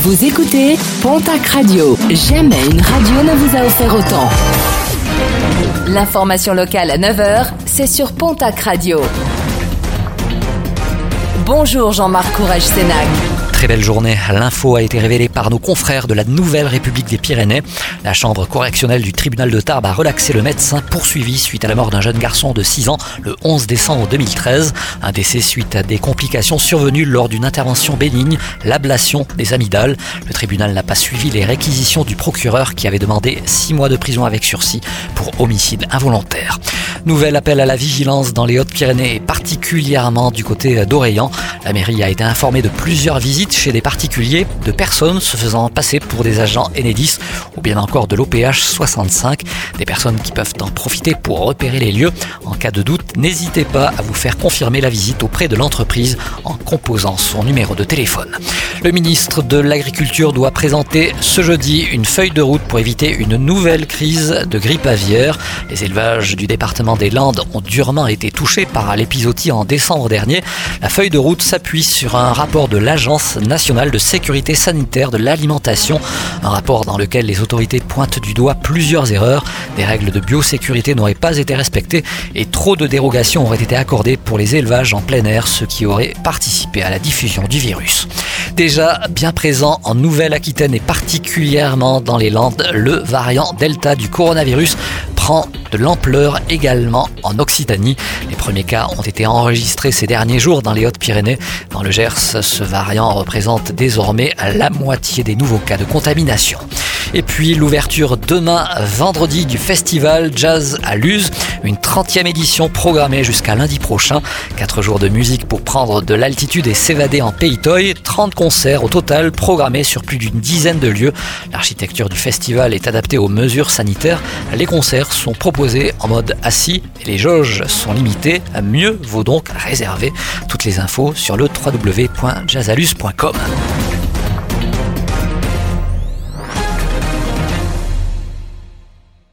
Vous écoutez Pontac Radio. Jamais une radio ne vous a offert autant. L'information locale à 9h, c'est sur Pontac Radio. Bonjour Jean-Marc Courage-Sénac. Très belle journée. L'info a été révélée par nos confrères de la Nouvelle République des Pyrénées. La chambre correctionnelle du tribunal de Tarbes a relaxé le médecin poursuivi suite à la mort d'un jeune garçon de 6 ans le 11 décembre 2013. Un décès suite à des complications survenues lors d'une intervention bénigne, l'ablation des amygdales. Le tribunal n'a pas suivi les réquisitions du procureur qui avait demandé 6 mois de prison avec sursis pour homicide involontaire. Nouvel appel à la vigilance dans les Hautes-Pyrénées et particulièrement du côté d'Orléans. La mairie a été informée de plusieurs visites chez des particuliers, de personnes se faisant passer pour des agents Enedis ou bien encore de l'OPH 65, des personnes qui peuvent en profiter pour repérer les lieux. En cas de doute, n'hésitez pas à vous faire confirmer la visite auprès de l'entreprise en composant son numéro de téléphone. Le ministre de l'Agriculture doit présenter ce jeudi une feuille de route pour éviter une nouvelle crise de grippe aviaire. Les élevages du département des Landes ont durement été touchés par l'épizootie en décembre dernier. La feuille de route s'appuie sur un rapport de l'Agence nationale de sécurité sanitaire de l'alimentation, un rapport dans lequel les autorités pointent du doigt plusieurs erreurs. Des règles de biosécurité n'auraient pas été respectées et trop de dérogations auraient été accordées pour les élevages en plein air, ce qui aurait participé à la diffusion du virus. Déjà bien présent en Nouvelle-Aquitaine et particulièrement dans les Landes, le variant Delta du coronavirus prend de l'ampleur également en Occitanie. Les premiers cas ont été enregistrés ces derniers jours dans les Hautes-Pyrénées. Dans le Gers, ce variant représente désormais la moitié des nouveaux cas de contamination. Et puis l'ouverture demain, vendredi, du festival Jazz à Luz, une 30e édition programmée jusqu'à lundi prochain. 4 jours de musique pour prendre de l'altitude et s'évader en Pays Toy. 30 concerts au total programmés sur plus d'une dizaine de lieux. L'architecture du festival est adaptée aux mesures sanitaires. Les concerts sont proposés en mode assis et les jauges sont limitées. Mieux vaut donc réserver. Toutes les infos sur le www.jazzaluz.com.